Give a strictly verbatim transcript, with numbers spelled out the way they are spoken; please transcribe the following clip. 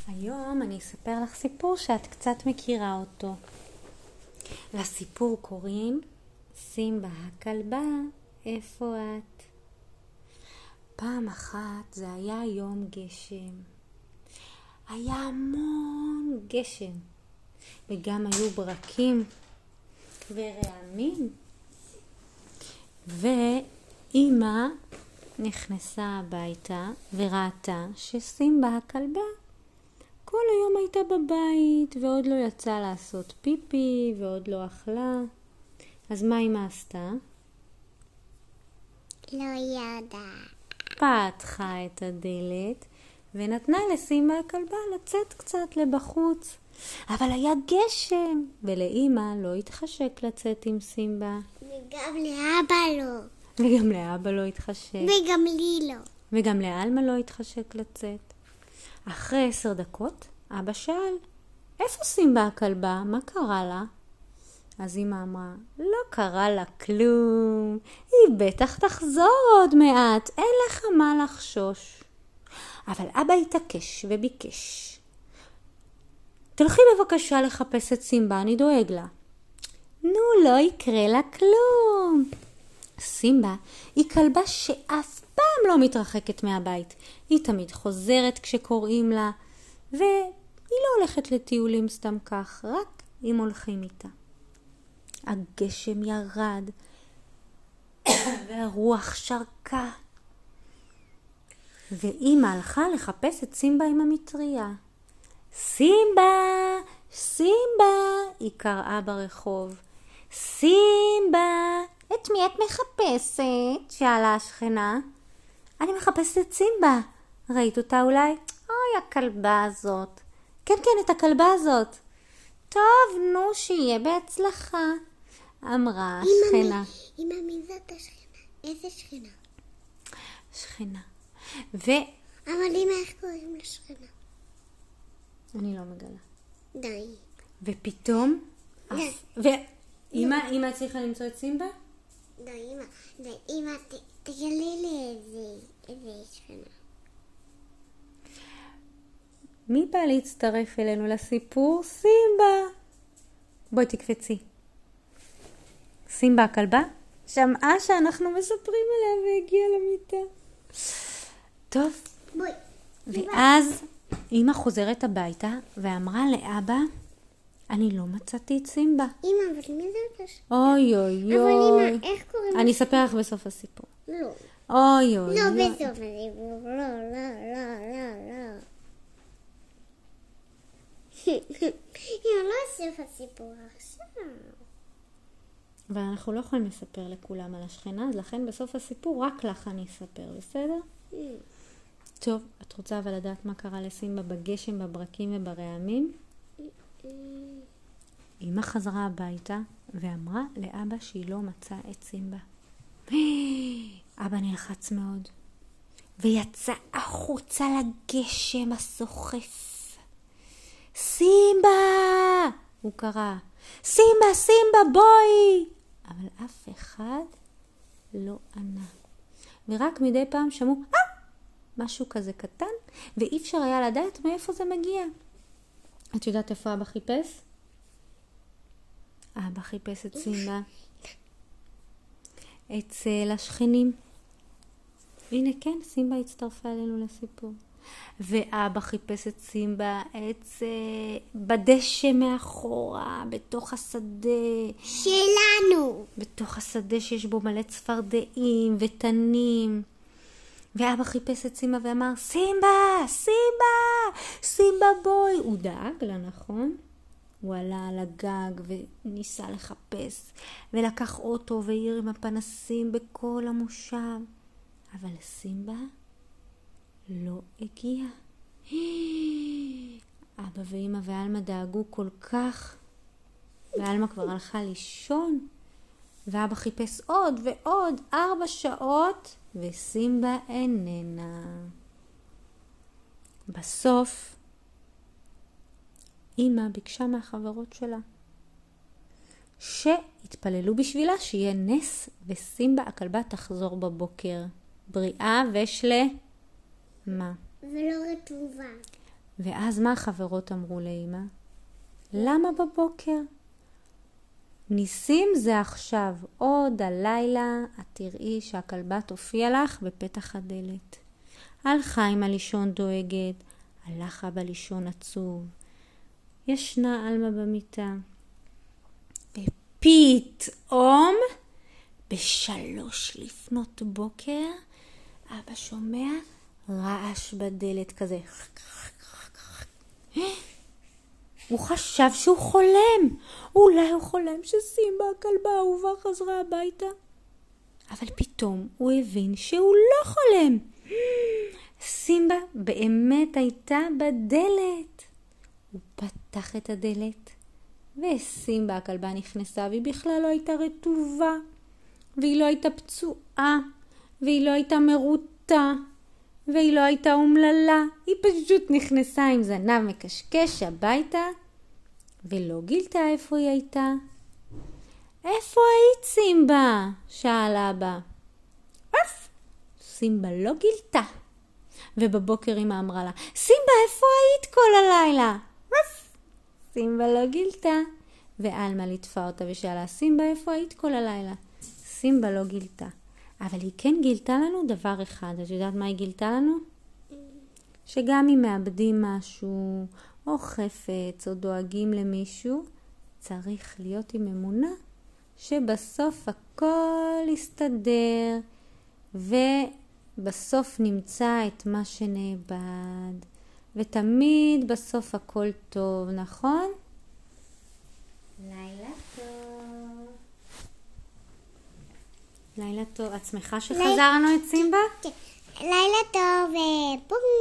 היום אני אספר לך סיפור שאת קצת מכירה אותו. לסיפור קוראים סימבה הכלבה, איפה את? פעם אחת זה היה יום גשם. היה המון גשם. וגם היו ברקים ורעמים. ואמא נכנסה הביתה וראתה שסימבה הכלבה כל היום הייתה בבית ועוד לא יצאה לעשות פיפי ועוד לא אכלה. אז מה אמא עשתה? לא ידע. פתחה את הדלת ונתנה לסימבה הכלבה לצאת קצת לבחוץ. אבל היה גשם ולאמא לא התחשק לצאת עם סימבה. וגם לאבא לא. וגם לאבא לא התחשק. וגם לי לא. וגם לאלמה לא התחשק לצאת. אחרי עשר דקות אבא שאל, איפה סימבה הכלבה? מה קרה לה? אז אמא אמרה, לא קרה לה כלום. היא בטח תחזור עוד מעט. אין לך מה לחשוש. אבל אבא התעקש וביקש. תלכי בבקשה לחפש את סימבה, אני דואג לה. נו, לא יקרה לה כלום. סימבה היא כלבה שאף פעם לא מתרחקת מהבית. היא תמיד חוזרת כשקוראים לה, והיא לא הולכת לטיולים סתם כך, רק אם הולכים איתה. הגשם ירד, והרוח שרקה. ואמא הלכה לחפש את סימבה עם המטריה. סימבה, סימבה, היא קראה ברחוב. סימבה, את מי את מחפשת? שאלה השכנה. אני מחפשת את סימבה. ראית אותה אולי? אוי, הכלבה הזאת. כן, כן, את הכלבה הזאת. טוב, נו, שיהיה בהצלחה, אמרה השכנה. אמא, מי זאת השכנה? איזה שכנה? שכנה. ו... אבל אמא, איך קוראים לשכנה? אני לא מגלה. די. ופתאום... די. ואמא, אמא הצליחה למצוא את סימבה? די, אמא. די, אמא, תגלי לי איזה, איזה שכנה. מי בא להצטרף אלינו לסיפור? סימבה. בואי תקפצי. סימבה הכלבה שמעה שאנחנו מספרים עליה והגיעה למיטה. טוב. בואי. ואז אמא חוזרת הביתה ואמרה לאבא, אני לא מצאתי את סימבה. אמא, אבל מי זאת השכנה? אוי אוי אוי. אבל אמא, איך קוראים? אני אספר לך בסוף הסיפור. לא. אוי אוי. לא בסוף הסיפור. לא, לא, לא, לא, לא. היא לא סוף הסיפור עכשיו. אבל אנחנו לא יכולים לספר לכולם על השכנה, אז לכן בסוף הסיפור רק לך אני אספר, בסדר? טוב, את רוצה אבל לדעת מה קרה לסימבה בגשם, בברקים וברעמים? אמא חזרה הביתה ואמרה לאבא שהיא לא מצאה את סימבה. אבא נלחץ מאוד ויצא החוצה לגשם הסוחף. סימבה! הוא קרא, סימבה, סימבה, בואי! אבל אף אחד לא ענה. ורק מדי פעם שמעו, אה! משהו כזה קטן, ואי אפשר היה לדעת מאיפה זה מגיע. את יודעת איפה אבא חיפש? אבא חיפש את סימבה אצל השכנים. הנה כן, סימבה הצטרפה אלינו לסיפור. ואבא חיפש את סימבה אצל בדשא מאחורה, בתוך השדה. שלנו. בתוך השדה שיש בו מלא צפרדעים ותנים. ואבא חיפש את סימבה ואמר, סימבה, סימבה, סימבה בואי. הוא דאג לה, נכון? הוא עלה על הגג וניסה לחפש, ולקח אוטו והעיר עם הפנסים בכל המושב. אבל סימבה לא הגיע. אבא ואמא ואלמה דאגו כל כך, ואלמה כבר הלכה לישון, ואבא חיפש עוד ועוד ארבע שעות, וסימבה איננה. בסוף אמא ביקשה מהחברות שלה שהתפללו בשבילה שיהיה נס וסימבה הכלבה תחזור בבוקר בריאה ושלמה. ולא רטובה. ואז מה החברות אמרו לאמא? למה בבוקר? ניסים זה עכשיו, עוד הלילה את תראי שהכלבה תופיע לך בפתח הדלת. הלכה אמא לישון דואגת, הלך אבא לישון עצוב. ישנה אלמה במיטה. ופתאום, בשלוש לפנות בוקר, אבא שומע רעש בדלת כזה. הוא חשב שהוא חולם. אולי הוא חולם שסימבה הכלבה האהובה חזרה הביתה. אבל פתאום הוא הבין שהוא לא חולם. סימבה באמת הייתה בדלת. הוא פתח את הדלת, וסימבה הכלבה נכנסה, והיא בכלל לא הייתה רטובה, והיא לא הייתה פצועה, והיא לא הייתה מרוטה, והיא לא הייתה אומללה. היא פשוט נכנסה עם זנב מקשקש הביתה, ולא גילתה איפה היא הייתה. איפה היית סימבה? שאל אבא. אף! סימבה לא גילתה. ובבוקר אמא אמרה לה, סימבה, איפה היית כל הלילה? אף! סימבה לא גילתה. ואלמה ליטפה אותה ושאלה, סימבה, איפה היית כל הלילה? סימבה לא גילתה. אבל היא כן גילתה לנו דבר אחד. את יודעת מה היא גילתה לנו? שגם אם מאבדים משהו, או חפץ, או דואגים למישהו, צריך להיות עם אמונה שבסוף הכל יסתדר, ובסוף נמצא את מה שנאבד, ותמיד בסוף הכל טוב, נכון? לילה טוב. לילה טוב. את שמחה שחזרנו את סימבה? כן. לילה טוב.